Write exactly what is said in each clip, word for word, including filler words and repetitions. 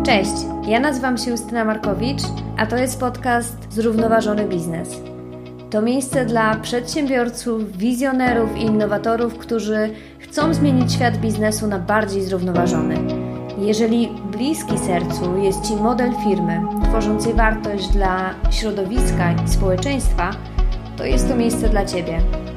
Cześć, ja nazywam się Justyna Markowicz, a to jest podcast Zrównoważony Biznes. To miejsce dla przedsiębiorców, wizjonerów i innowatorów, którzy chcą zmienić świat biznesu na bardziej zrównoważony. Jeżeli bliski sercu jest Ci model firmy tworzącej wartość dla środowiska i społeczeństwa, to jest to miejsce dla Ciebie.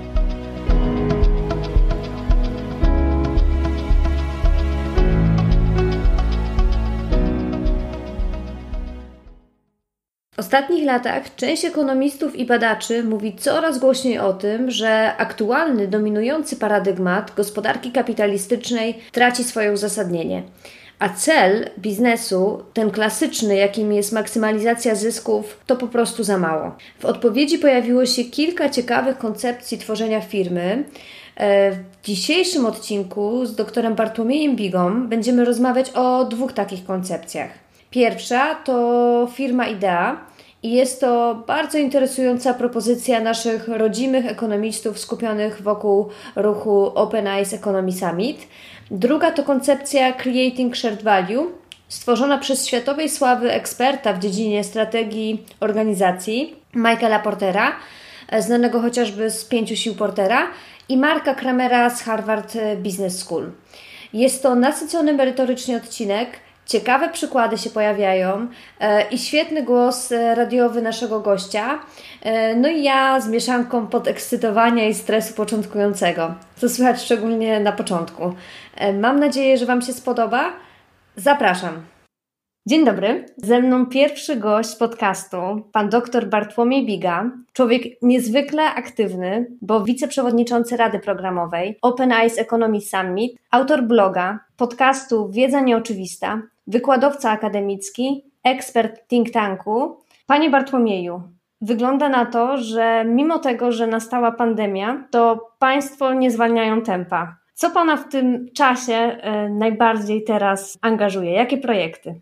W ostatnich latach część ekonomistów i badaczy mówi coraz głośniej o tym, że aktualny, dominujący paradygmat gospodarki kapitalistycznej traci swoje uzasadnienie. A cel biznesu, ten klasyczny, jakim jest maksymalizacja zysków, to po prostu za mało. W odpowiedzi pojawiło się kilka ciekawych koncepcji tworzenia firmy. W dzisiejszym odcinku z doktorem Bartłomiejem Bigą będziemy rozmawiać o dwóch takich koncepcjach. Pierwsza to firma Idea i jest to bardzo interesująca propozycja naszych rodzimych ekonomistów skupionych wokół ruchu Open Eyes Economy Summit. Druga to koncepcja Creating Shared Value, stworzona przez światowej sławy eksperta w dziedzinie strategii organizacji Michaela Portera, znanego chociażby z pięciu sił Portera, i Marka Kramera z Harvard Business School. Jest to nasycony merytorycznie odcinek, ciekawe przykłady się pojawiają e, i świetny głos radiowy naszego gościa. E, no i ja z mieszanką podekscytowania i stresu początkującego, co słychać szczególnie na początku. E, mam nadzieję, że Wam się spodoba. Zapraszam. Dzień dobry. Ze mną pierwszy gość podcastu, pan dr Bartłomiej Biga, człowiek niezwykle aktywny, bo wiceprzewodniczący Rady Programowej Open Eyes Economy Summit, autor bloga, podcastu Wiedza Nieoczywista, wykładowca akademicki, ekspert think tanku. Panie Bartłomieju, wygląda na to, że mimo tego, że nastała pandemia, to Państwo nie zwalniają tempa. Co Pana w tym czasie e, najbardziej teraz angażuje? Jakie projekty?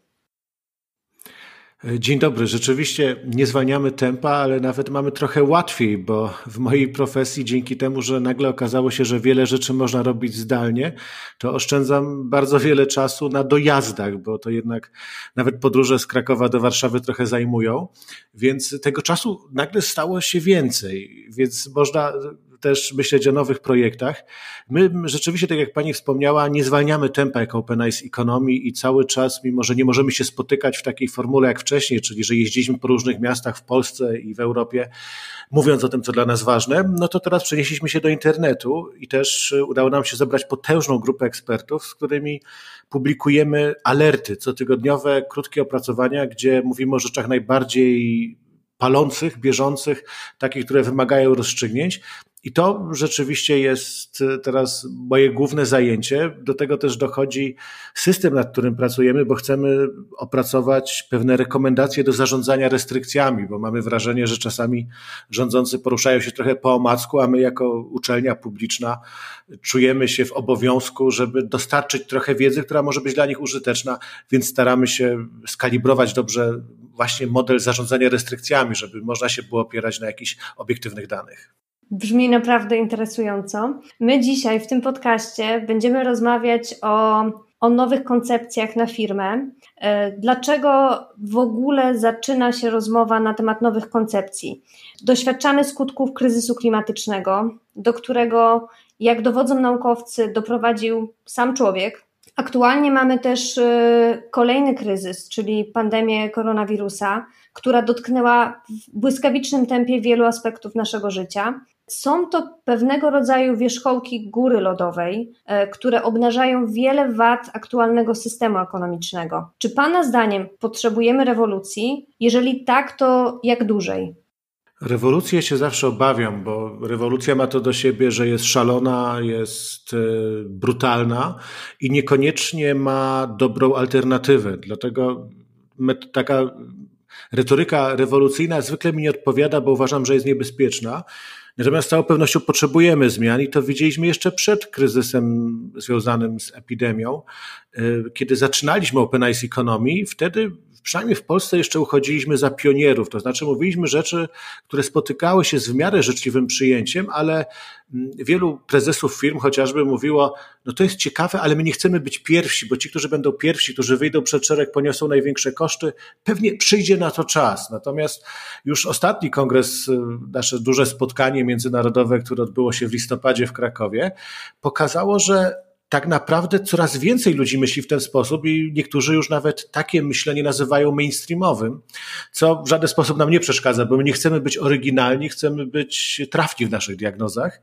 Dzień dobry. Rzeczywiście nie zwalniamy tempa, ale nawet mamy trochę łatwiej, bo w mojej profesji dzięki temu, że nagle okazało się, że wiele rzeczy można robić zdalnie, to oszczędzam bardzo wiele czasu na dojazdach, bo to jednak nawet podróże z Krakowa do Warszawy trochę zajmują, więc tego czasu nagle stało się więcej, więc można też myśleć o nowych projektach. My rzeczywiście, tak jak Pani wspomniała, nie zwalniamy tempa jako Open Eyes Economy i cały czas, mimo że nie możemy się spotykać w takiej formule jak wcześniej, czyli że jeździliśmy po różnych miastach w Polsce i w Europie, mówiąc o tym, co dla nas ważne, no to teraz przenieśliśmy się do internetu i też udało nam się zebrać potężną grupę ekspertów, z którymi publikujemy alerty, cotygodniowe, krótkie opracowania, gdzie mówimy o rzeczach najbardziej palących, bieżących, takich, które wymagają rozstrzygnięć. I to rzeczywiście jest teraz moje główne zajęcie. Do tego też dochodzi system, nad którym pracujemy, bo chcemy opracować pewne rekomendacje do zarządzania restrykcjami, bo mamy wrażenie, że czasami rządzący poruszają się trochę po omacku, a my jako uczelnia publiczna czujemy się w obowiązku, żeby dostarczyć trochę wiedzy, która może być dla nich użyteczna, więc staramy się skalibrować dobrze właśnie model zarządzania restrykcjami, żeby można się było opierać na jakichś obiektywnych danych. Brzmi naprawdę interesująco. My dzisiaj w tym podcaście będziemy rozmawiać o, o nowych koncepcjach na firmę. Dlaczego w ogóle zaczyna się rozmowa na temat nowych koncepcji? Doświadczamy skutków kryzysu klimatycznego, do którego, jak dowodzą naukowcy, doprowadził sam człowiek. Aktualnie mamy też kolejny kryzys, czyli pandemię koronawirusa, która dotknęła w błyskawicznym tempie wielu aspektów naszego życia. Są to pewnego rodzaju wierzchołki góry lodowej, które obnażają wiele wad aktualnego systemu ekonomicznego. Czy Pana zdaniem potrzebujemy rewolucji? Jeżeli tak, to jak dużej? Rewolucję się zawsze obawiam, bo rewolucja ma to do siebie, że jest szalona, jest brutalna i niekoniecznie ma dobrą alternatywę. Dlatego taka retoryka rewolucyjna zwykle mi nie odpowiada, bo uważam, że jest niebezpieczna. Natomiast z całą pewnością potrzebujemy zmian i to widzieliśmy jeszcze przed kryzysem związanym z epidemią. kiedy zaczynaliśmy Open Eyes Economy, wtedy przynajmniej w Polsce jeszcze uchodziliśmy za pionierów, to znaczy mówiliśmy rzeczy, które spotykały się z w miarę życzliwym przyjęciem, ale wielu prezesów firm chociażby mówiło, no to jest ciekawe, ale my nie chcemy być pierwsi, bo ci, którzy będą pierwsi, którzy wyjdą przed szereg, poniosą największe koszty, pewnie przyjdzie na to czas. Natomiast już ostatni kongres, nasze duże spotkanie międzynarodowe, które odbyło się w listopadzie w Krakowie, pokazało, że tak naprawdę coraz więcej ludzi myśli w ten sposób i niektórzy już nawet takie myślenie nazywają mainstreamowym, co w żaden sposób nam nie przeszkadza, bo my nie chcemy być oryginalni, chcemy być trafni w naszych diagnozach.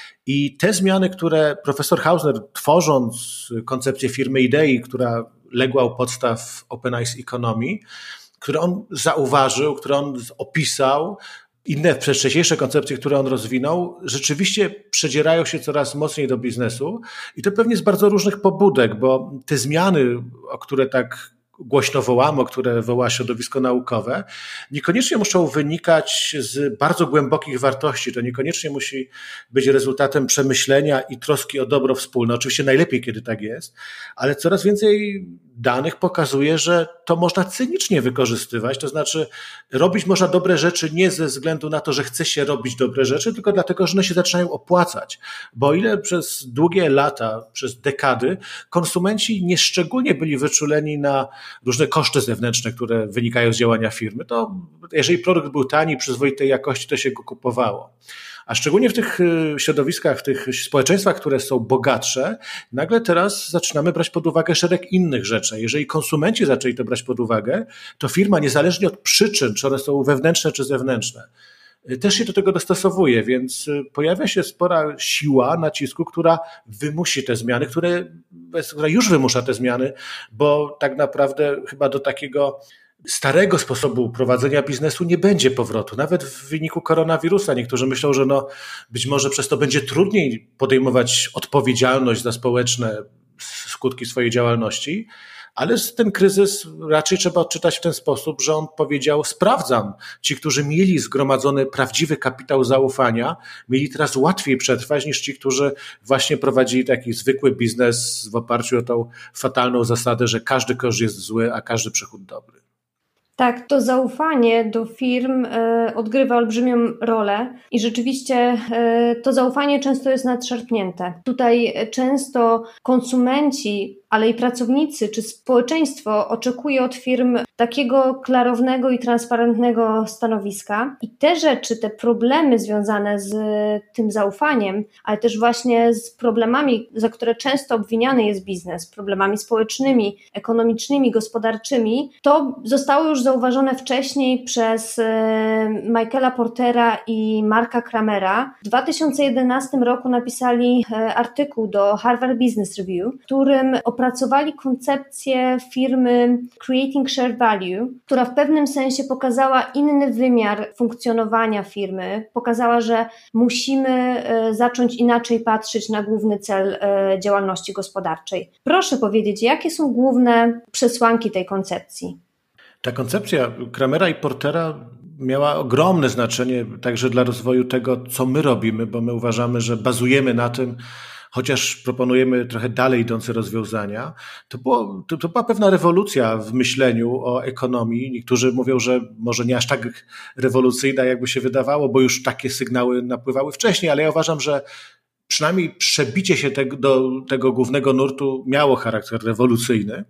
I te zmiany, które profesor Hausner, tworząc koncepcję firmy idei, która legła u podstaw Open Eyes Economy, które on zauważył, które on opisał, inne wcześniejsze koncepcje, które on rozwinął, rzeczywiście przedzierają się coraz mocniej do biznesu i to pewnie z bardzo różnych pobudek, bo te zmiany, o które tak głośno wołamy, o które woła środowisko naukowe, niekoniecznie muszą wynikać z bardzo głębokich wartości. To niekoniecznie musi być rezultatem przemyślenia i troski o dobro wspólne. Oczywiście najlepiej, kiedy tak jest, ale coraz więcej danych pokazuje, że to można cynicznie wykorzystywać, to znaczy robić można dobre rzeczy nie ze względu na to, że chce się robić dobre rzeczy, tylko dlatego, że one się zaczynają opłacać. Bo o ile przez długie lata, przez dekady konsumenci nieszczególnie byli wyczuleni na różne koszty zewnętrzne, które wynikają z działania firmy, to jeżeli produkt był tani, przyzwoitej jakości, to się go kupowało. A szczególnie w tych środowiskach, w tych społeczeństwach, które są bogatsze, nagle teraz zaczynamy brać pod uwagę szereg innych rzeczy. Jeżeli konsumenci zaczęli to brać pod uwagę, to firma, niezależnie od przyczyn, czy one są wewnętrzne, czy zewnętrzne, też się do tego dostosowuje, więc pojawia się spora siła nacisku, która wymusi te zmiany, które, która już wymusza te zmiany, bo tak naprawdę chyba do takiego starego sposobu prowadzenia biznesu nie będzie powrotu. Nawet w wyniku koronawirusa niektórzy myślą, że no być może przez to będzie trudniej podejmować odpowiedzialność za społeczne skutki swojej działalności, ale ten kryzys raczej trzeba odczytać w ten sposób, że on powiedział: sprawdzam, ci, którzy mieli zgromadzony prawdziwy kapitał zaufania, mieli teraz łatwiej przetrwać niż ci, którzy właśnie prowadzili taki zwykły biznes w oparciu o tą fatalną zasadę, że każdy koszt jest zły, a każdy przychód dobry. Tak, to zaufanie do firm y, odgrywa olbrzymią rolę i rzeczywiście y, to zaufanie często jest nadszarpnięte. Tutaj często konsumenci, ale i pracownicy czy społeczeństwo oczekuje od firm takiego klarownego i transparentnego stanowiska i te rzeczy, te problemy związane z tym zaufaniem, ale też właśnie z problemami, za które często obwiniany jest biznes, problemami społecznymi, ekonomicznymi, gospodarczymi, to zostało już zauważone wcześniej przez Michaela Portera i Marka Kramera. W dwa tysiące jedenastym roku napisali artykuł do Harvard Business Review, w którym opracowali koncepcję firmy Creating Shared Value, która w pewnym sensie pokazała inny wymiar funkcjonowania firmy, pokazała, że musimy zacząć inaczej patrzeć na główny cel działalności gospodarczej. Proszę powiedzieć, jakie są główne przesłanki tej koncepcji? Ta koncepcja Kramera i Portera miała ogromne znaczenie także dla rozwoju tego, co my robimy, bo my uważamy, że bazujemy na tym, chociaż proponujemy trochę dalej idące rozwiązania. To, było, to, to była pewna rewolucja w myśleniu o ekonomii. Niektórzy mówią, że może nie aż tak rewolucyjna, jakby się wydawało, bo już takie sygnały napływały wcześniej, ale ja uważam, że przynajmniej przebicie się tego, do tego głównego nurtu miało charakter rewolucyjny.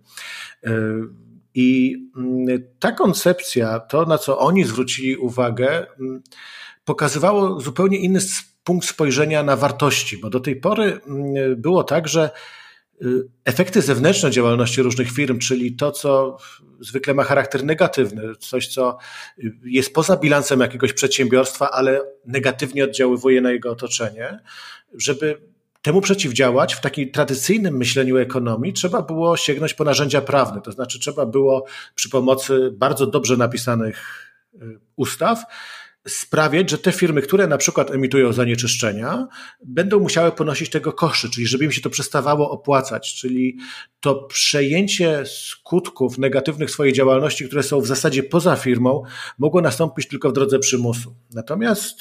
I ta koncepcja, to na co oni zwrócili uwagę, pokazywało zupełnie inny punkt spojrzenia na wartości, bo do tej pory było tak, że efekty zewnętrzne działalności różnych firm, czyli to, co zwykle ma charakter negatywny, coś, co jest poza bilansem jakiegoś przedsiębiorstwa, ale negatywnie oddziaływuje na jego otoczenie, żeby temu przeciwdziałać w takim tradycyjnym myśleniu ekonomii trzeba było sięgnąć po narzędzia prawne, to znaczy trzeba było przy pomocy bardzo dobrze napisanych ustaw sprawiać, że te firmy, które na przykład emitują zanieczyszczenia, będą musiały ponosić tego koszty, czyli żeby im się to przestawało opłacać, czyli to przejęcie skutków negatywnych swojej działalności, które są w zasadzie poza firmą, mogło nastąpić tylko w drodze przymusu. Natomiast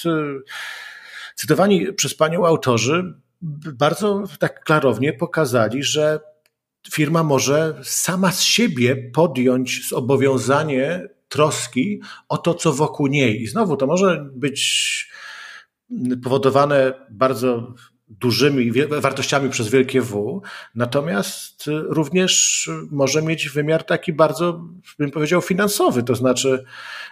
cytowani przez panią autorzy bardzo tak klarownie pokazali, że firma może sama z siebie podjąć zobowiązanie troski o to, co wokół niej. I znowu to może być powodowane bardzo dużymi wartościami przez wielkie W, natomiast również może mieć wymiar taki bardzo, bym powiedział, finansowy, to znaczy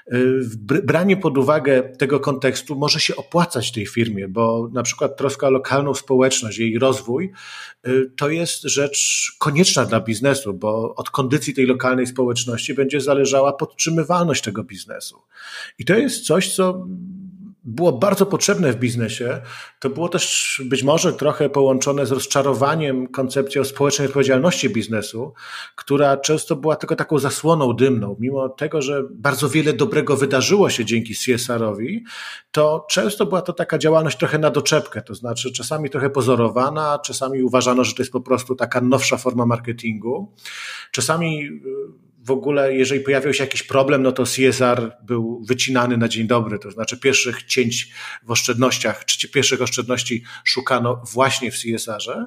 branie pod uwagę tego kontekstu może się opłacać tej firmie, bo na przykład troska o lokalną społeczność, jej rozwój, to jest rzecz konieczna dla biznesu, bo od kondycji tej lokalnej społeczności będzie zależała podtrzymywalność tego biznesu. I to jest coś, co było bardzo potrzebne w biznesie. To było też być może trochę połączone z rozczarowaniem koncepcją społecznej odpowiedzialności biznesu, która często była tylko taką zasłoną dymną. Mimo tego, że bardzo wiele dobrego wydarzyło się dzięki C S R-owi, to często była to taka działalność trochę na doczepkę, to znaczy czasami trochę pozorowana, czasami uważano, że to jest po prostu taka nowsza forma marketingu. Czasami w ogóle, jeżeli pojawiał się jakiś problem, no to C S R był wycinany na dzień dobry, to znaczy pierwszych cięć w oszczędnościach, czy pierwszych oszczędności szukano właśnie w C S R-ze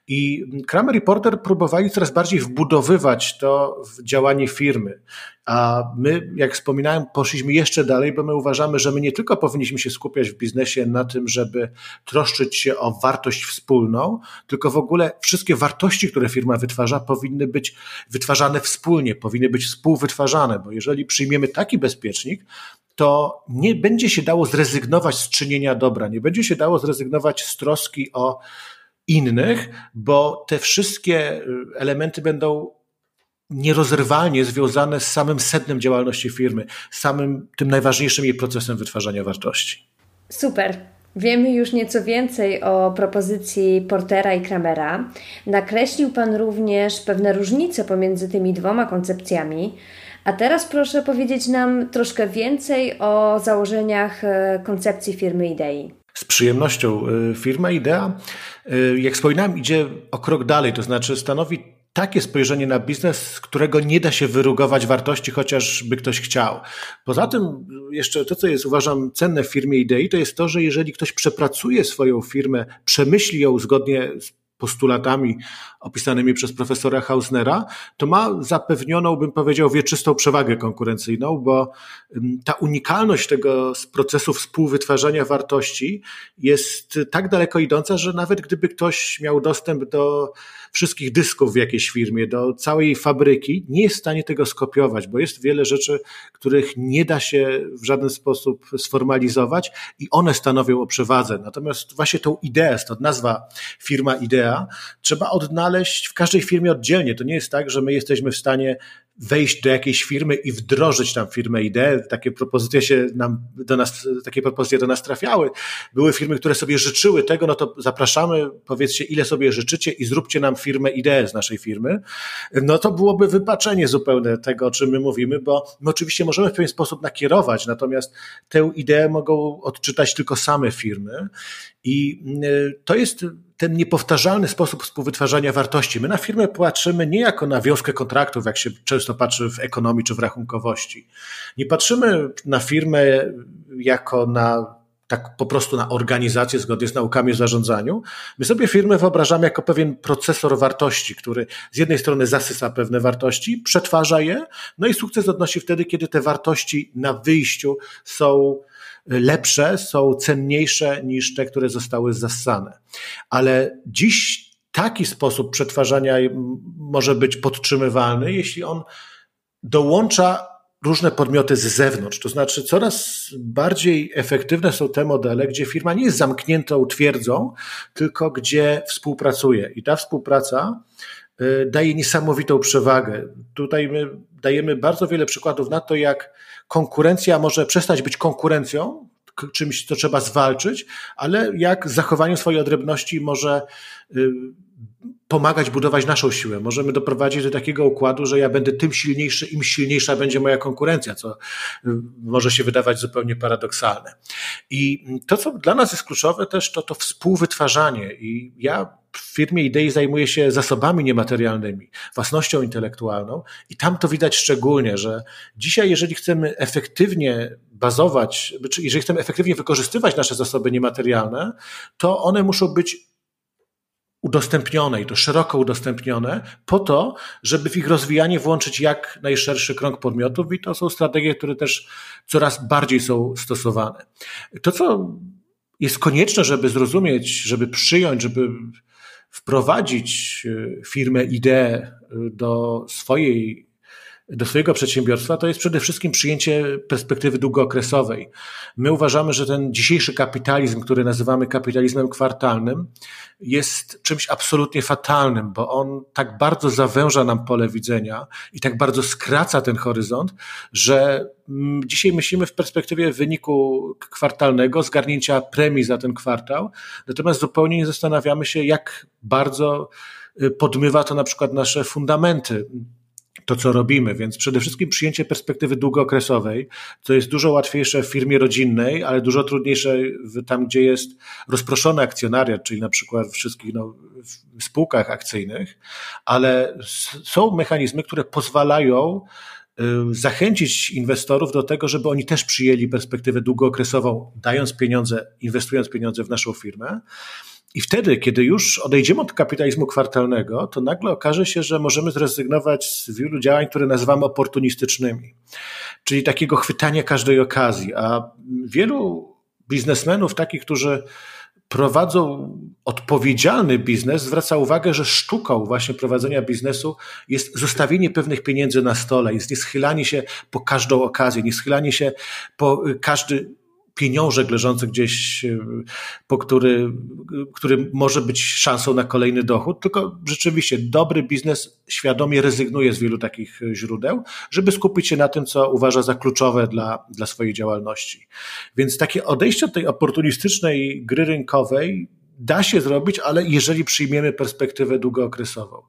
i Kramer i Porter próbowali coraz bardziej wbudowywać to w działanie firmy. A my, jak wspominałem, poszliśmy jeszcze dalej, bo my uważamy, że my nie tylko powinniśmy się skupiać w biznesie na tym, żeby troszczyć się o wartość wspólną, tylko w ogóle wszystkie wartości, które firma wytwarza, powinny być wytwarzane wspólnie, powinny być współwytwarzane, bo jeżeli przyjmiemy taki bezpiecznik, to nie będzie się dało zrezygnować z czynienia dobra, nie będzie się dało zrezygnować z troski o innych, bo te wszystkie elementy będą nierozerwalnie związane z samym sednem działalności firmy, samym tym najważniejszym jej procesem wytwarzania wartości. Super. Wiemy już nieco więcej o propozycji Portera i Kramera. Nakreślił Pan również pewne różnice pomiędzy tymi dwoma koncepcjami. A teraz proszę powiedzieć nam troszkę więcej o założeniach koncepcji firmy idei. Z przyjemnością. Firma Idea, jak wspominałem, idzie o krok dalej, to znaczy stanowi takie spojrzenie na biznes, z którego nie da się wyrugować wartości, chociażby ktoś chciał. Poza tym jeszcze to, co jest uważam cenne w firmie Idei, to jest to, że jeżeli ktoś przepracuje swoją firmę, przemyśli ją zgodnie z postulatami opisanymi przez profesora Hausnera, to ma zapewnioną, bym powiedział, wieczystą przewagę konkurencyjną, bo ta unikalność tego procesu współwytwarzania wartości jest tak daleko idąca, że nawet gdyby ktoś miał dostęp do wszystkich dysków w jakiejś firmie, do całej fabryki, nie jest w stanie tego skopiować, bo jest wiele rzeczy, których nie da się w żaden sposób sformalizować i one stanowią o przewadze. Natomiast właśnie tą ideę, stąd nazwa firma Idea, trzeba odnaleźć w każdej firmie oddzielnie. To nie jest tak, że my jesteśmy w stanie wejść do jakiejś firmy i wdrożyć tam firmę ideę. Takie propozycje się nam do nas, takie propozycje do nas trafiały. Były firmy, które sobie życzyły tego, no to zapraszamy, powiedzcie, ile sobie życzycie i zróbcie nam firmę ideę z naszej firmy. No to byłoby wypaczenie zupełne tego, o czym my mówimy, bo my oczywiście możemy w pewien sposób nakierować, natomiast tę ideę mogą odczytać tylko same firmy i to jest ten niepowtarzalny sposób współwytwarzania wartości. My na firmę patrzymy nie jako na wiązkę kontraktów, jak się często patrzy w ekonomii czy w rachunkowości. Nie patrzymy na firmę jako na tak po prostu na organizację zgodnie z naukami o zarządzaniu. My sobie firmę wyobrażamy jako pewien procesor wartości, który z jednej strony zasysa pewne wartości, przetwarza je, no i sukces odnosi wtedy, kiedy te wartości na wyjściu są lepsze, są cenniejsze niż te, które zostały zassane. Ale dziś taki sposób przetwarzania może być podtrzymywalny, jeśli on dołącza różne podmioty z zewnątrz. To znaczy coraz bardziej efektywne są te modele, gdzie firma nie jest zamkniętą twierdzą, tylko gdzie współpracuje. I ta współpraca daje niesamowitą przewagę. Tutaj my dajemy bardzo wiele przykładów na to, jak konkurencja może przestać być konkurencją, czymś, co trzeba zwalczyć, ale jak z zachowaniem swojej odrębności może pomagać budować naszą siłę. Możemy doprowadzić do takiego układu, że ja będę tym silniejszy, im silniejsza będzie moja konkurencja, co może się wydawać zupełnie paradoksalne. I to, co dla nas jest kluczowe też, to to współwytwarzanie. I ja w firmie Idei zajmuję się zasobami niematerialnymi, własnością intelektualną i tam to widać szczególnie, że dzisiaj, jeżeli chcemy efektywnie bazować, czy jeżeli chcemy efektywnie wykorzystywać nasze zasoby niematerialne, to one muszą być udostępnione i to szeroko udostępnione po to, żeby w ich rozwijanie włączyć jak najszerszy krąg podmiotów i to są strategie, które też coraz bardziej są stosowane. To, co jest konieczne, żeby zrozumieć, żeby przyjąć, żeby wprowadzić firmę, ideę do swojej do swojego przedsiębiorstwa, to jest przede wszystkim przyjęcie perspektywy długookresowej. My uważamy, że ten dzisiejszy kapitalizm, który nazywamy kapitalizmem kwartalnym, jest czymś absolutnie fatalnym, bo on tak bardzo zawęża nam pole widzenia i tak bardzo skraca ten horyzont, że dzisiaj myślimy w perspektywie wyniku kwartalnego, zgarnięcia premii za ten kwartał, natomiast zupełnie nie zastanawiamy się, jak bardzo podmywa to na przykład nasze fundamenty, to, co robimy, więc przede wszystkim przyjęcie perspektywy długookresowej, co jest dużo łatwiejsze w firmie rodzinnej, ale dużo trudniejsze tam, gdzie jest rozproszony akcjonariat, czyli na przykład w wszystkich no, w spółkach akcyjnych, ale są mechanizmy, które pozwalają zachęcić inwestorów do tego, żeby oni też przyjęli perspektywę długookresową, dając pieniądze, inwestując pieniądze w naszą firmę. I wtedy, kiedy już odejdziemy od kapitalizmu kwartalnego, to nagle okaże się, że możemy zrezygnować z wielu działań, które nazywamy oportunistycznymi, czyli takiego chwytania każdej okazji. A wielu biznesmenów, takich, którzy prowadzą odpowiedzialny biznes, zwraca uwagę, że sztuką właśnie prowadzenia biznesu jest zostawienie pewnych pieniędzy na stole, jest nieschylanie się po każdą okazję, nieschylanie się po każdy pieniążek leżący gdzieś, po który, który może być szansą na kolejny dochód, tylko rzeczywiście dobry biznes świadomie rezygnuje z wielu takich źródeł, żeby skupić się na tym, co uważa za kluczowe dla, dla swojej działalności. Więc takie odejście od tej oportunistycznej gry rynkowej da się zrobić, ale jeżeli przyjmiemy perspektywę długookresową.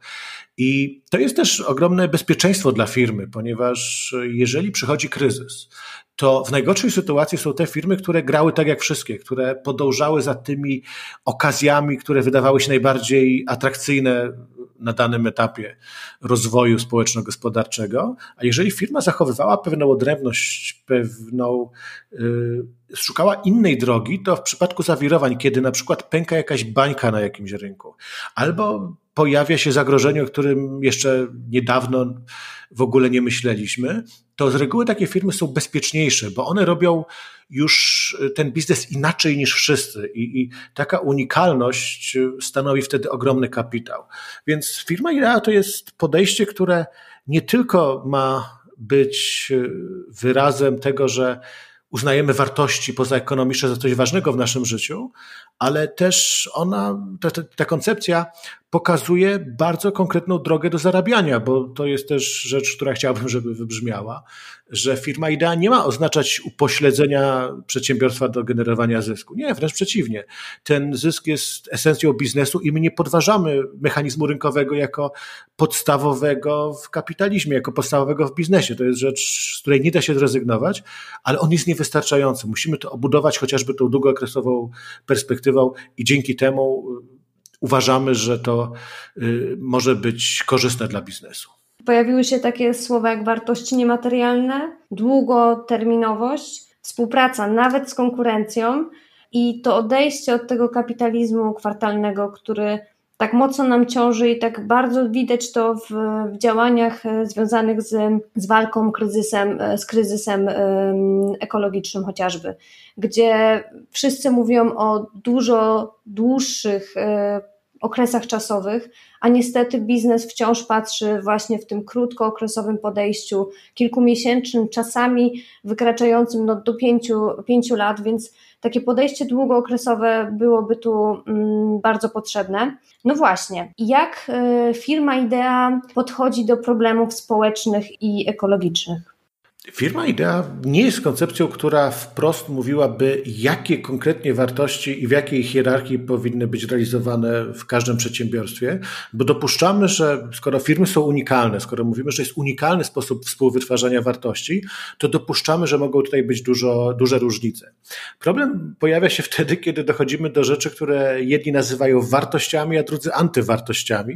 I to jest też ogromne bezpieczeństwo dla firmy, ponieważ jeżeli przychodzi kryzys, to w najgorszej sytuacji są te firmy, które grały tak jak wszystkie, które podążały za tymi okazjami, które wydawały się najbardziej atrakcyjne na danym etapie rozwoju społeczno-gospodarczego, a jeżeli firma zachowywała pewną odrębność, pewną, yy, szukała innej drogi, to w przypadku zawirowań, kiedy na przykład pęka jakaś bańka na jakimś rynku, albo pojawia się zagrożenie, o którym jeszcze niedawno w ogóle nie myśleliśmy, to z reguły takie firmy są bezpieczniejsze, bo one robią już ten biznes inaczej niż wszyscy i, i taka unikalność stanowi wtedy ogromny kapitał. Więc firma Idea to jest podejście, które nie tylko ma być wyrazem tego, że uznajemy wartości pozaekonomiczne za coś ważnego w naszym życiu, ale też ona, ta, ta, ta koncepcja pokazuje bardzo konkretną drogę do zarabiania, bo to jest też rzecz, która chciałbym, żeby wybrzmiała, że firma Idea nie ma oznaczać upośledzenia przedsiębiorstwa do generowania zysku. Nie, wręcz przeciwnie. Ten zysk jest esencją biznesu i my nie podważamy mechanizmu rynkowego jako podstawowego w kapitalizmie, jako podstawowego w biznesie. To jest rzecz, z której nie da się zrezygnować, ale on jest niewystarczający. Musimy to obudować chociażby tą długookresową perspektywą i dzięki temu uważamy, że to y, może być korzystne dla biznesu. Pojawiły się takie słowa jak wartości niematerialne, długoterminowość, współpraca nawet z konkurencją i to odejście od tego kapitalizmu kwartalnego, który tak mocno nam ciąży i tak bardzo widać to w, w działaniach związanych z, z walką kryzysem, z kryzysem ekologicznym chociażby, gdzie wszyscy mówią o dużo dłuższych okresach czasowych, a niestety biznes wciąż patrzy właśnie w tym krótkookresowym podejściu, kilkumiesięcznym, czasami wykraczającym no, do pięciu, pięciu lat, więc takie podejście długookresowe byłoby tu mm, bardzo potrzebne. No właśnie, jak y, firma Idea podchodzi do problemów społecznych i ekologicznych? Firma Idea nie jest koncepcją, która wprost mówiłaby, jakie konkretnie wartości i w jakiej hierarchii powinny być realizowane w każdym przedsiębiorstwie, bo dopuszczamy, że skoro firmy są unikalne, skoro mówimy, że jest unikalny sposób współwytwarzania wartości, to dopuszczamy, że mogą tutaj być dużo, duże różnice. Problem pojawia się wtedy, kiedy dochodzimy do rzeczy, które jedni nazywają wartościami, a drudzy antywartościami,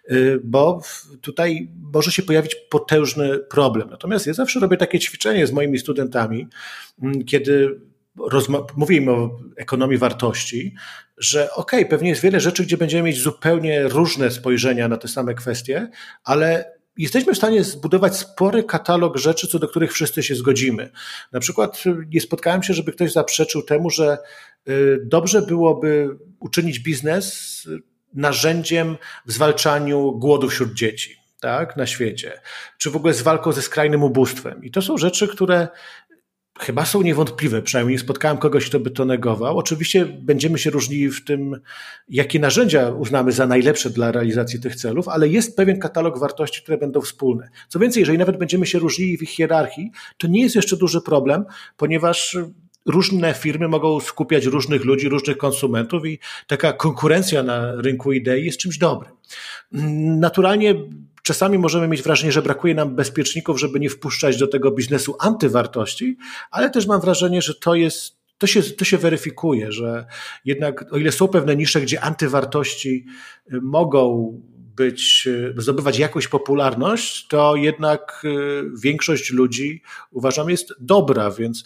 bo tutaj może się pojawić potężny problem. Natomiast ja zawsze robię takie ćwiczenie z moimi studentami, kiedy rozma- mówimy o ekonomii wartości, że okej, okay, pewnie jest wiele rzeczy, gdzie będziemy mieć zupełnie różne spojrzenia na te same kwestie, ale jesteśmy w stanie zbudować spory katalog rzeczy, co do których wszyscy się zgodzimy. Na przykład nie spotkałem się, żeby ktoś zaprzeczył temu, że dobrze byłoby uczynić biznes narzędziem w zwalczaniu głodu wśród dzieci, tak, na świecie, czy w ogóle z walką ze skrajnym ubóstwem. I to są rzeczy, które chyba są niewątpliwe, przynajmniej nie spotkałem kogoś, kto by to negował. Oczywiście będziemy się różnili w tym, jakie narzędzia uznamy za najlepsze dla realizacji tych celów, ale jest pewien katalog wartości, które będą wspólne. Co więcej, jeżeli nawet będziemy się różnili w ich hierarchii, to nie jest jeszcze duży problem, ponieważ różne firmy mogą skupiać różnych ludzi, różnych konsumentów i taka konkurencja na rynku idei jest czymś dobrym. Naturalnie czasami możemy mieć wrażenie, że brakuje nam bezpieczników, żeby nie wpuszczać do tego biznesu antywartości, ale też mam wrażenie, że to jest, to się, to się weryfikuje, że jednak o ile są pewne nisze, gdzie antywartości mogą być, zdobywać jakąś popularność, to jednak większość ludzi, uważam, jest dobra, więc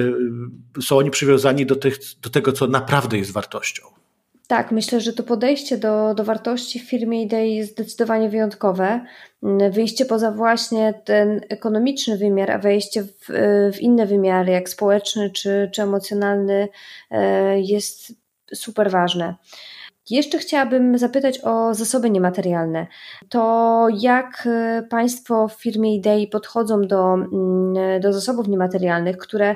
są oni przywiązani do, tych, do tego, co naprawdę jest wartością. Tak, myślę, że to podejście do, do wartości w firmie idei jest zdecydowanie wyjątkowe. Wyjście poza właśnie ten ekonomiczny wymiar, a wejście w, w inne wymiary, jak społeczny czy, czy emocjonalny, jest super ważne. Jeszcze chciałabym zapytać o zasoby niematerialne. To jak Państwo w firmie idei podchodzą do, do zasobów niematerialnych, które,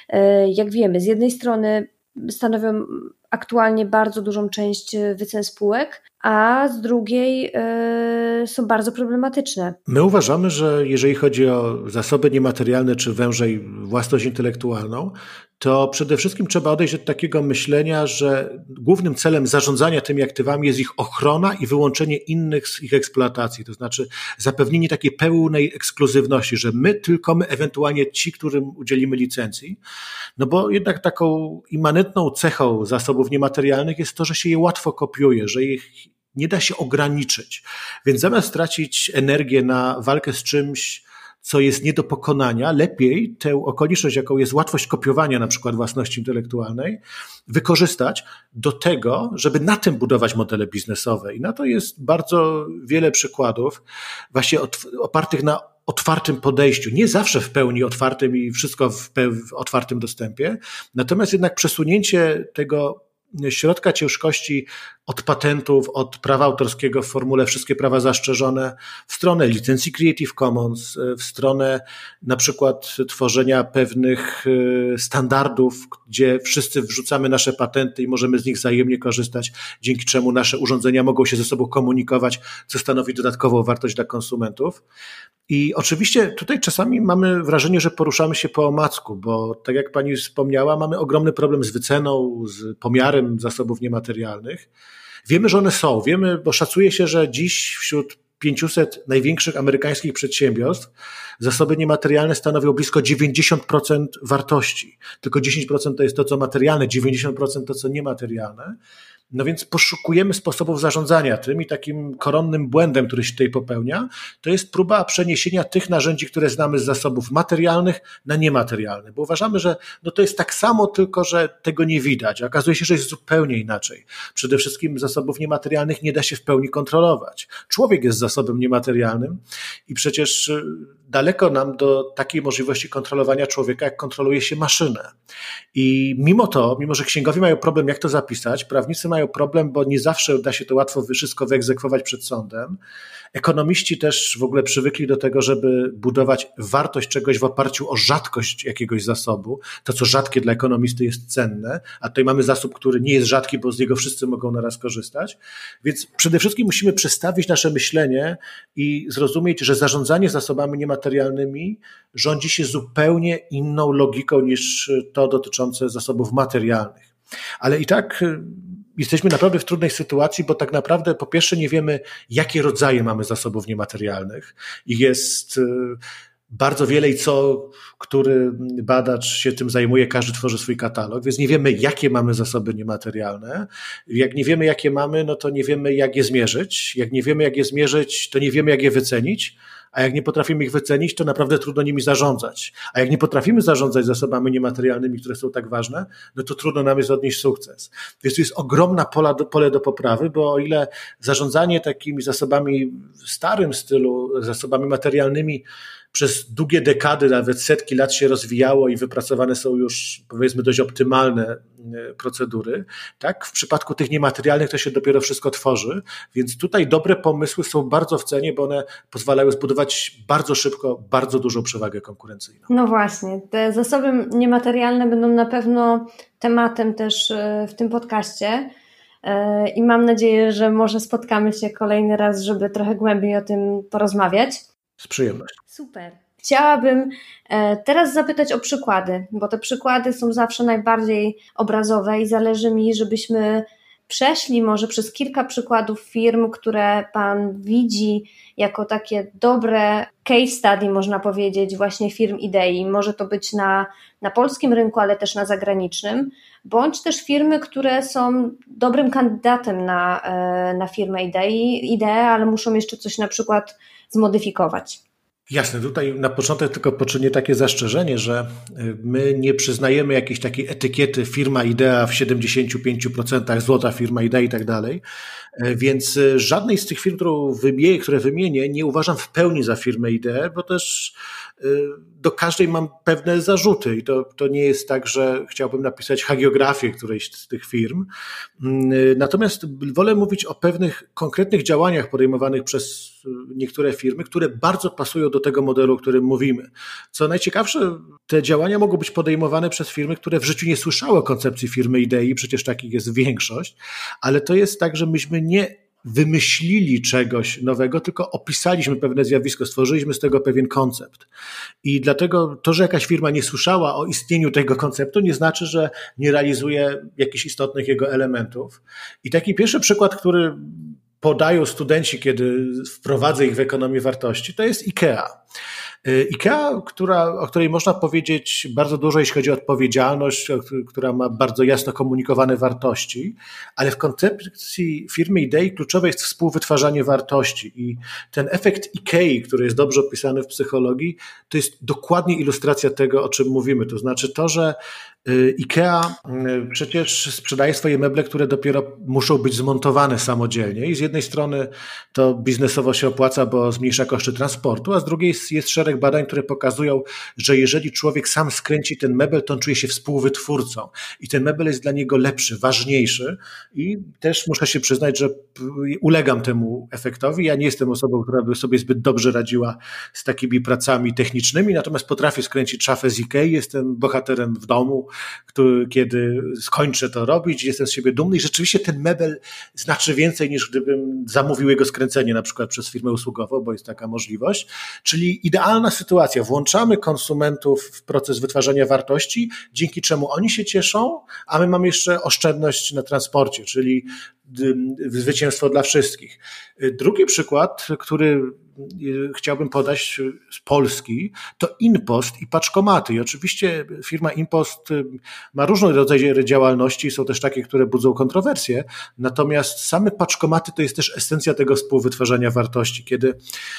jak wiemy, z jednej strony stanowią aktualnie bardzo dużą część wycen spółek, a z drugiej yy, są bardzo problematyczne. My uważamy, że jeżeli chodzi o zasoby niematerialne, czy wężej własność intelektualną, to przede wszystkim trzeba odejść od takiego myślenia, że głównym celem zarządzania tymi aktywami jest ich ochrona i wyłączenie innych z ich eksploatacji, to znaczy zapewnienie takiej pełnej ekskluzywności, że my, tylko my, ewentualnie ci, którym udzielimy licencji, no bo jednak taką immanentną cechą zasobów niematerialnych jest to, że się je łatwo kopiuje, że ich nie da się ograniczyć. Więc zamiast tracić energię na walkę z czymś, co jest nie do pokonania, lepiej tę okoliczność, jaką jest łatwość kopiowania na przykład własności intelektualnej, wykorzystać do tego, żeby na tym budować modele biznesowe. I na to jest bardzo wiele przykładów właśnie opartych na otwartym podejściu, nie zawsze w pełni otwartym i wszystko w, w otwartym dostępie, natomiast jednak przesunięcie tego środka ciężkości od patentów, od prawa autorskiego w formule wszystkie prawa zastrzeżone w stronę licencji Creative Commons, w stronę na przykład tworzenia pewnych standardów, gdzie wszyscy wrzucamy nasze patenty i możemy z nich wzajemnie korzystać, dzięki czemu nasze urządzenia mogą się ze sobą komunikować, co stanowi dodatkową wartość dla konsumentów. I oczywiście tutaj czasami mamy wrażenie, że poruszamy się po omacku, bo tak jak pani wspomniała, mamy ogromny problem z wyceną, z pomiarem zasobów niematerialnych. Wiemy, że one są, wiemy, bo szacuje się, że dziś wśród pięciuset największych amerykańskich przedsiębiorstw zasoby niematerialne stanowią blisko dziewięćdziesiąt procent wartości. Tylko dziesięć procent to jest to, co materialne, dziewięćdziesiąt procent to, co niematerialne. No więc poszukujemy sposobów zarządzania tym i takim koronnym błędem, który się tutaj popełnia, to jest próba przeniesienia tych narzędzi, które znamy z zasobów materialnych na niematerialne, bo uważamy, że no to jest tak samo, tylko że tego nie widać. Okazuje się, że jest zupełnie inaczej. Przede wszystkim zasobów niematerialnych nie da się w pełni kontrolować. Człowiek jest zasobem niematerialnym i przecież daleko nam do takiej możliwości kontrolowania człowieka, jak kontroluje się maszynę. I mimo to, mimo że księgowi mają problem, jak to zapisać, prawnicy mają problem, bo nie zawsze da się to łatwo wszystko wyegzekwować przed sądem. Ekonomiści też w ogóle przywykli do tego, żeby budować wartość czegoś w oparciu o rzadkość jakiegoś zasobu. To, co rzadkie dla ekonomisty jest cenne, a tutaj mamy zasób, który nie jest rzadki, bo z niego wszyscy mogą naraz korzystać. Więc przede wszystkim musimy przestawić nasze myślenie i zrozumieć, że zarządzanie zasobami niematerialnymi rządzi się zupełnie inną logiką niż to dotyczące zasobów materialnych. Ale i tak jesteśmy naprawdę w trudnej sytuacji, bo tak naprawdę po pierwsze nie wiemy, jakie rodzaje mamy zasobów niematerialnych. Ich jest bardzo wiele i co, który badacz się tym zajmuje, każdy tworzy swój katalog, więc nie wiemy, jakie mamy zasoby niematerialne. Jak nie wiemy, jakie mamy, no to nie wiemy, jak je zmierzyć. Jak nie wiemy, jak je zmierzyć, to nie wiemy, jak je wycenić. A jak nie potrafimy ich wycenić, to naprawdę trudno nimi zarządzać. A jak nie potrafimy zarządzać zasobami niematerialnymi, które są tak ważne, no to trudno nam jest odnieść sukces. Więc tu jest ogromna pola do, pole do poprawy, bo o ile zarządzanie takimi zasobami w starym stylu, zasobami materialnymi przez długie dekady, nawet setki lat się rozwijało i wypracowane są już, powiedzmy, dość optymalne procedury, tak? W przypadku tych niematerialnych to się dopiero wszystko tworzy, więc tutaj dobre pomysły są bardzo w cenie, bo one pozwalają zbudować bardzo szybko bardzo dużą przewagę konkurencyjną. No właśnie, te zasoby niematerialne będą na pewno tematem też w tym podcaście i mam nadzieję, że może spotkamy się kolejny raz, żeby trochę głębiej o tym porozmawiać. Z przyjemnością. Super. Chciałabym teraz zapytać o przykłady, bo te przykłady są zawsze najbardziej obrazowe i zależy mi, żebyśmy przeszli może przez kilka przykładów firm, które Pan widzi jako takie dobre case study, można powiedzieć, właśnie firm idei. Może to być na, na polskim rynku, ale też na zagranicznym, bądź też firmy, które są dobrym kandydatem na, na firmę idei, ideę, ale muszą jeszcze coś na przykład zmodyfikować. Jasne, tutaj na początek tylko poczynię takie zastrzeżenie, że my nie przyznajemy jakiejś takiej etykiety firma idea w siedemdziesiąt pięć procent złota firma idea i tak dalej, więc żadnej z tych firm, którą wymienię, które wymienię, nie uważam w pełni za firmę ideę, bo też do każdej mam pewne zarzuty i to, to nie jest tak, że chciałbym napisać hagiografię którejś z tych firm. Natomiast wolę mówić o pewnych konkretnych działaniach podejmowanych przez niektóre firmy, które bardzo pasują do tego modelu, o którym mówimy. Co najciekawsze, te działania mogą być podejmowane przez firmy, które w życiu nie słyszały o koncepcji firmy idei, przecież takich jest większość, ale to jest tak, że myśmy nie wymyślili czegoś nowego, tylko opisaliśmy pewne zjawisko, stworzyliśmy z tego pewien koncept. I dlatego to, że jakaś firma nie słyszała o istnieniu tego konceptu, nie znaczy, że nie realizuje jakichś istotnych jego elementów. I taki pierwszy przykład, który podają studenci, kiedy wprowadzę ich w ekonomię wartości, to jest IKEA. IKEA, która, o której można powiedzieć bardzo dużo, jeśli chodzi o odpowiedzialność, która ma bardzo jasno komunikowane wartości, ale w koncepcji firmy idei kluczowe jest współwytwarzanie wartości i ten efekt IKEA, który jest dobrze opisany w psychologii, to jest dokładnie ilustracja tego, o czym mówimy. To znaczy to, że IKEA przecież sprzedaje swoje meble, które dopiero muszą być zmontowane samodzielnie i z jednej strony to biznesowo się opłaca, bo zmniejsza koszty transportu, a z drugiej jest, jest szereg badań, które pokazują, że jeżeli człowiek sam skręci ten mebel, to on czuje się współwytwórcą i ten mebel jest dla niego lepszy, ważniejszy i też muszę się przyznać, że ulegam temu efektowi. Ja nie jestem osobą, która by sobie zbyt dobrze radziła z takimi pracami technicznymi, natomiast potrafię skręcić szafę z IKEA, jestem bohaterem w domu, który, kiedy skończę to robić, jestem z siebie dumny i rzeczywiście ten mebel znaczy więcej niż gdybym zamówił jego skręcenie na przykład przez firmę usługową, bo jest taka możliwość, czyli idealna sytuacja. Włączamy konsumentów w proces wytwarzania wartości, dzięki czemu oni się cieszą, a my mamy jeszcze oszczędność na transporcie, czyli zwycięstwo dla wszystkich. Drugi przykład, który chciałbym podać z Polski, to InPost i paczkomaty. I oczywiście firma InPost ma różne rodzaje działalności, są też takie, które budzą kontrowersje, natomiast same paczkomaty to jest też esencja tego współwytwarzania wartości. Kiedy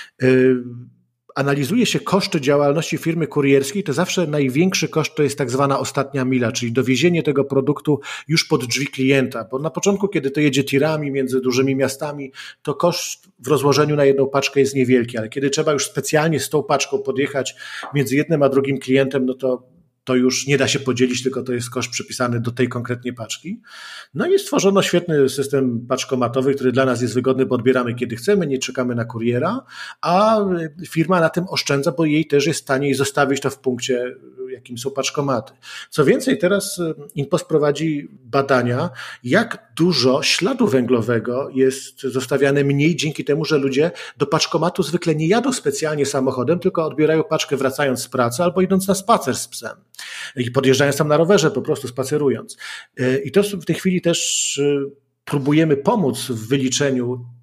analizuje się koszty działalności firmy kurierskiej, to zawsze największy koszt to jest tak zwana ostatnia mila, czyli dowiezienie tego produktu już pod drzwi klienta, bo na początku, kiedy to jedzie tirami między dużymi miastami, to koszt w rozłożeniu na jedną paczkę jest niewielki, ale kiedy trzeba już specjalnie z tą paczką podjechać między jednym a drugim klientem, no to to już nie da się podzielić, tylko to jest koszt przypisany do tej konkretnie paczki. No i stworzono świetny system paczkomatowy, który dla nas jest wygodny, bo odbieramy kiedy chcemy, nie czekamy na kuriera, a firma na tym oszczędza, bo jej też jest taniej zostawić to w punkcie, jakim są paczkomaty. Co więcej, teraz InPost prowadzi badania, jak dużo śladu węglowego jest zostawiane mniej dzięki temu, że ludzie do paczkomatu zwykle nie jadą specjalnie samochodem, tylko odbierają paczkę wracając z pracy albo idąc na spacer z psem. I podjeżdżając tam na rowerze, po prostu spacerując. I to w tej chwili też próbujemy pomóc w wyliczeniu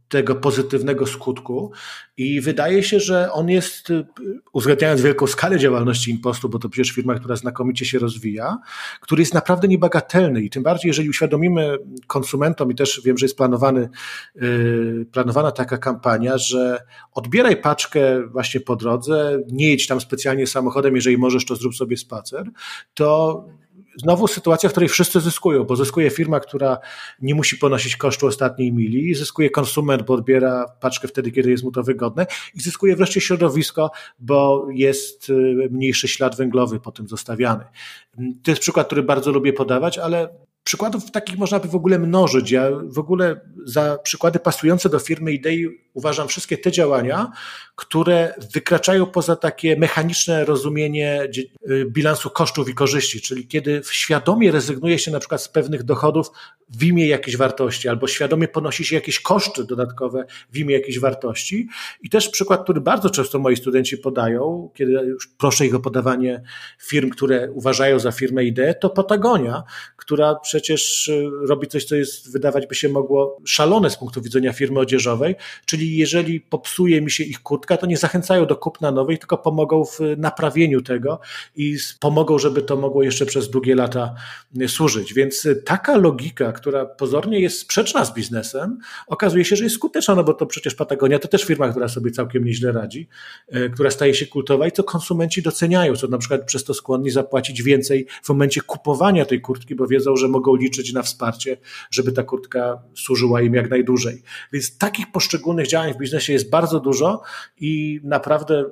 tego pozytywnego skutku i wydaje się, że on jest, uwzględniając wielką skalę działalności Impostu, bo to przecież firma, która znakomicie się rozwija, który jest naprawdę niebagatelny i tym bardziej, jeżeli uświadomimy konsumentom i też wiem, że jest planowany, yy, planowana taka kampania, że odbieraj paczkę właśnie po drodze, nie jedź tam specjalnie samochodem, jeżeli możesz, to zrób sobie spacer, to znowu sytuacja, w której wszyscy zyskują, bo zyskuje firma, która nie musi ponosić kosztu ostatniej mili, zyskuje konsument, bo odbiera paczkę wtedy, kiedy jest mu to wygodne i zyskuje wreszcie środowisko, bo jest mniejszy ślad węglowy po tym zostawiany. To jest przykład, który bardzo lubię podawać, ale przykładów takich można by w ogóle mnożyć. Ja w ogóle za przykłady pasujące do firmy idei uważam wszystkie te działania, które wykraczają poza takie mechaniczne rozumienie bilansu kosztów i korzyści, czyli kiedy świadomie rezygnuje się na przykład z pewnych dochodów w imię jakiejś wartości, albo świadomie ponosi się jakieś koszty dodatkowe w imię jakiejś wartości. I też przykład, który bardzo często moi studenci podają, kiedy już proszę ich o podawanie firm, które uważają za firmę ideę, to Patagonia, która przecież robi coś, co jest, wydawać by się mogło, szalone z punktu widzenia firmy odzieżowej, czyli jeżeli popsuje mi się ich kurtka, to nie zachęcają do kupna nowej, tylko pomogą w naprawieniu tego i pomogą, żeby to mogło jeszcze przez długie lata służyć. Więc taka logika, która pozornie jest sprzeczna z biznesem, okazuje się, że jest skuteczna, no bo to przecież Patagonia to też firma, która sobie całkiem nieźle radzi, która staje się kultowa i co konsumenci doceniają, co na przykład przez to skłonni zapłacić więcej w momencie kupowania tej kurtki, bo wiedzą, że mogą liczyć na wsparcie, żeby ta kurtka służyła im jak najdłużej. Więc takich poszczególnych działań w biznesie jest bardzo dużo i naprawdę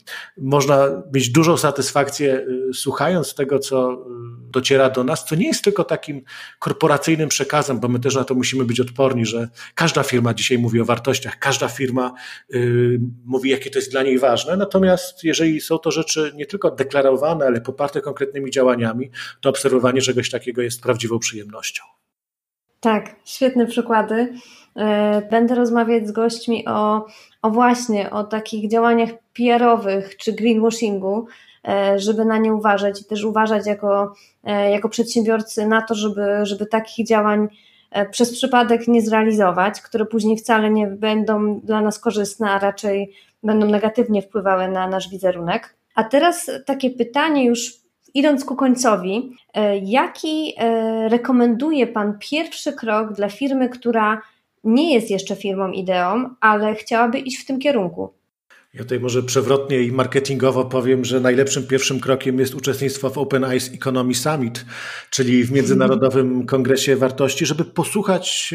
można mieć dużą satysfakcję słuchając tego, co dociera do nas, co nie jest tylko takim korporacyjnym przekazem, bo my też na to musimy być odporni, że każda firma dzisiaj mówi o wartościach, każda firma yy, mówi, jakie to jest dla niej ważne, natomiast jeżeli są to rzeczy nie tylko deklarowane, ale poparte konkretnymi działaniami, to obserwowanie czegoś takiego jest prawdziwą przyjemnością. Tak, świetne przykłady. Będę rozmawiać z gośćmi o, o właśnie, o takich działaniach P R-owych czy greenwashingu, żeby na nie uważać i też uważać jako, jako przedsiębiorcy na to, żeby, żeby takich działań przez przypadek nie zrealizować, które później wcale nie będą dla nas korzystne, a raczej będą negatywnie wpływały na nasz wizerunek. A teraz takie pytanie już idąc ku końcowi, jaki rekomenduje Pan pierwszy krok dla firmy, która nie jest jeszcze firmą ideą, ale chciałaby iść w tym kierunku? Ja tutaj może przewrotnie i marketingowo powiem, że najlepszym pierwszym krokiem jest uczestnictwo w Open Eyes Economy Summit, czyli w Międzynarodowym Kongresie Wartości, żeby posłuchać,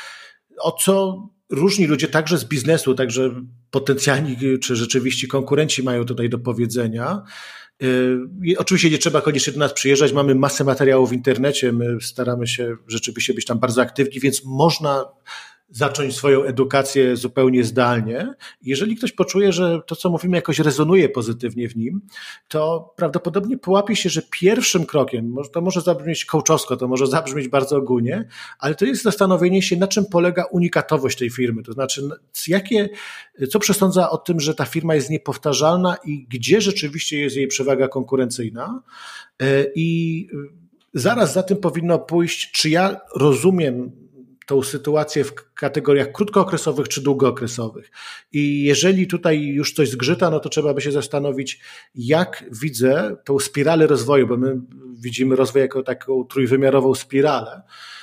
o co różni ludzie także z biznesu, także potencjalni czy rzeczywiści konkurenci mają tutaj do powiedzenia. I oczywiście nie trzeba koniecznie do nas przyjeżdżać, mamy masę materiałów w internecie, my staramy się rzeczywiście być tam bardzo aktywni, więc można zacząć swoją edukację zupełnie zdalnie. Jeżeli ktoś poczuje, że to, co mówimy, jakoś rezonuje pozytywnie w nim, to prawdopodobnie połapie się, że pierwszym krokiem, to może zabrzmieć coachowsko, to może zabrzmieć bardzo ogólnie, ale to jest zastanowienie się, na czym polega unikatowość tej firmy, to znaczy jakie, co przesądza o tym, że ta firma jest niepowtarzalna i gdzie rzeczywiście jest jej przewaga konkurencyjna i zaraz za tym powinno pójść, czy ja rozumiem tą sytuację w kategoriach krótkookresowych czy długookresowych. I jeżeli tutaj już coś zgrzyta, no to trzeba by się zastanowić, jak widzę tą spiralę rozwoju, bo my widzimy rozwój jako taką trójwymiarową spiralę,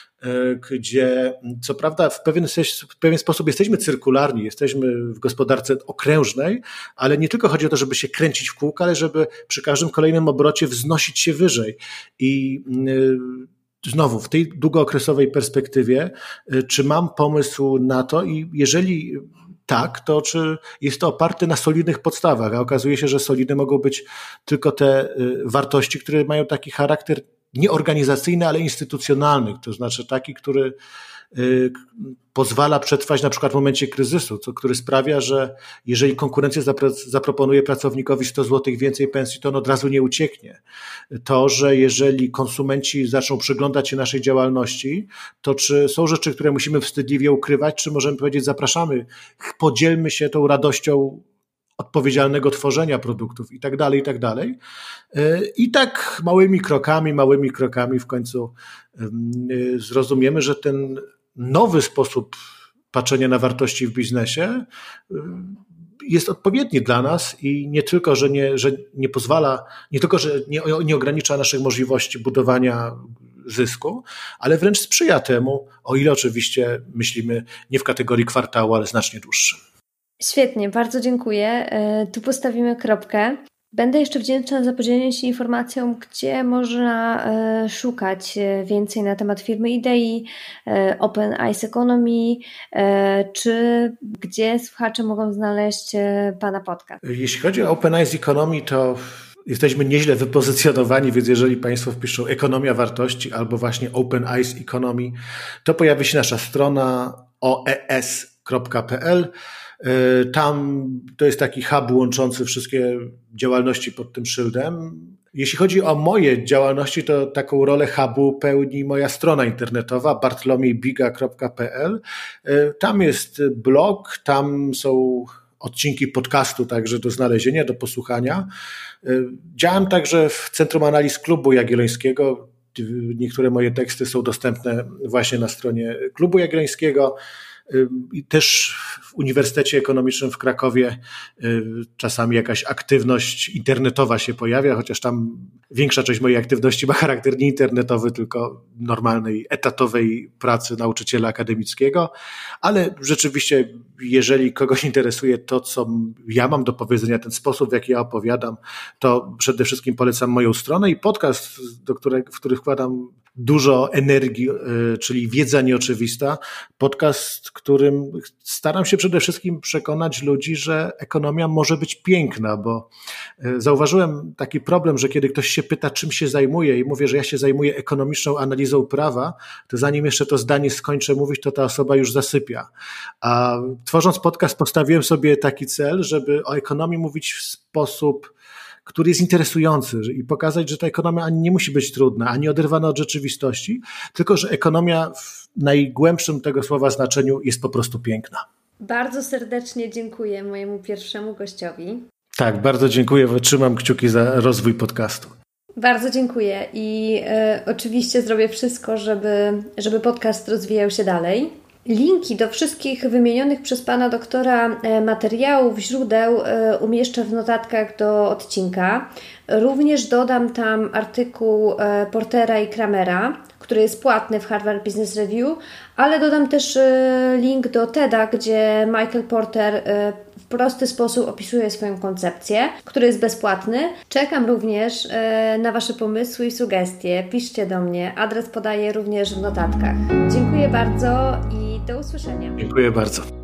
gdzie co prawda w pewien, w pewien sposób jesteśmy cyrkularni, jesteśmy w gospodarce okrężnej, ale nie tylko chodzi o to, żeby się kręcić w kółko, ale żeby przy każdym kolejnym obrocie wznosić się wyżej. I znowu, w tej długookresowej perspektywie, czy mam pomysł na to i jeżeli tak, to czy jest to oparte na solidnych podstawach, a okazuje się, że solidne mogą być tylko te wartości, które mają taki charakter nie organizacyjny, ale instytucjonalny, to znaczy taki, który pozwala przetrwać na przykład w momencie kryzysu, co, który sprawia, że jeżeli konkurencja zapro- zaproponuje pracownikowi sto złotych więcej pensji, to on od razu nie ucieknie. To, że jeżeli konsumenci zaczną przyglądać się naszej działalności, to czy są rzeczy, które musimy wstydliwie ukrywać, czy możemy powiedzieć zapraszamy, podzielmy się tą radością odpowiedzialnego tworzenia produktów i tak dalej, i tak dalej. I tak małymi krokami, małymi krokami w końcu zrozumiemy, że ten nowy sposób patrzenia na wartości w biznesie jest odpowiedni dla nas i nie tylko, że nie, że nie pozwala, nie tylko, że nie, nie ogranicza naszych możliwości budowania zysku, ale wręcz sprzyja temu, o ile oczywiście myślimy nie w kategorii kwartału, ale znacznie dłuższym. Świetnie, bardzo dziękuję. Tu postawimy kropkę. Będę jeszcze wdzięczna za podzielenie się informacją, gdzie można szukać więcej na temat firmy Idei, Open Eyes Economy, czy gdzie słuchacze mogą znaleźć Pana podcast. Jeśli chodzi o Open Eyes Economy, to jesteśmy nieźle wypozycjonowani, więc jeżeli Państwo wpiszą ekonomia wartości albo właśnie Open Eyes Economy, to pojawi się nasza strona o e s kropka p l. Tam to jest taki hub łączący wszystkie działalności pod tym szyldem. Jeśli chodzi o moje działalności, to taką rolę hubu pełni moja strona internetowa bartlomiej biga kropka p l. Tam jest blog, tam są odcinki podcastu także do znalezienia, do posłuchania. Działam także w Centrum Analiz Klubu Jagiellońskiego. Niektóre moje teksty są dostępne właśnie na stronie Klubu Jagiellońskiego. I też w Uniwersytecie Ekonomicznym w Krakowie czasami jakaś aktywność internetowa się pojawia, chociaż tam większa część mojej aktywności ma charakter nie internetowy, tylko normalnej, etatowej pracy nauczyciela akademickiego, ale rzeczywiście, jeżeli kogoś interesuje to, co ja mam do powiedzenia, ten sposób, w jaki ja opowiadam, to przede wszystkim polecam moją stronę i podcast, do którego, w który wkładam dużo energii, czyli Wiedza Nieoczywista. Podcast, którym staram się przede wszystkim przekonać ludzi, że ekonomia może być piękna, bo zauważyłem taki problem, że kiedy ktoś się pyta, czym się zajmuje i mówię, że ja się zajmuję ekonomiczną analizą prawa, to zanim jeszcze to zdanie skończę mówić, to ta osoba już zasypia. A tworząc podcast postawiłem sobie taki cel, żeby o ekonomii mówić w sposób, który jest interesujący i pokazać, że ta ekonomia ani nie musi być trudna, ani oderwana od rzeczywistości, tylko że ekonomia w najgłębszym tego słowa znaczeniu jest po prostu piękna. Bardzo serdecznie dziękuję mojemu pierwszemu gościowi. Tak, bardzo dziękuję, trzymam kciuki za rozwój podcastu. Bardzo dziękuję i e, oczywiście zrobię wszystko, żeby, żeby podcast rozwijał się dalej. Linki do wszystkich wymienionych przez Pana doktora materiałów, źródeł umieszczę w notatkach do odcinka. Również dodam tam artykuł Portera i Kramera, który jest płatny w Harvard Business Review, ale dodam też link do TEDa, gdzie Michael Porter w prosty sposób opisuje swoją koncepcję, który jest bezpłatny. Czekam również na Wasze pomysły i sugestie. Piszcie do mnie. Adres podaję również w notatkach. Dziękuję bardzo i do usłyszenia. Dziękuję bardzo.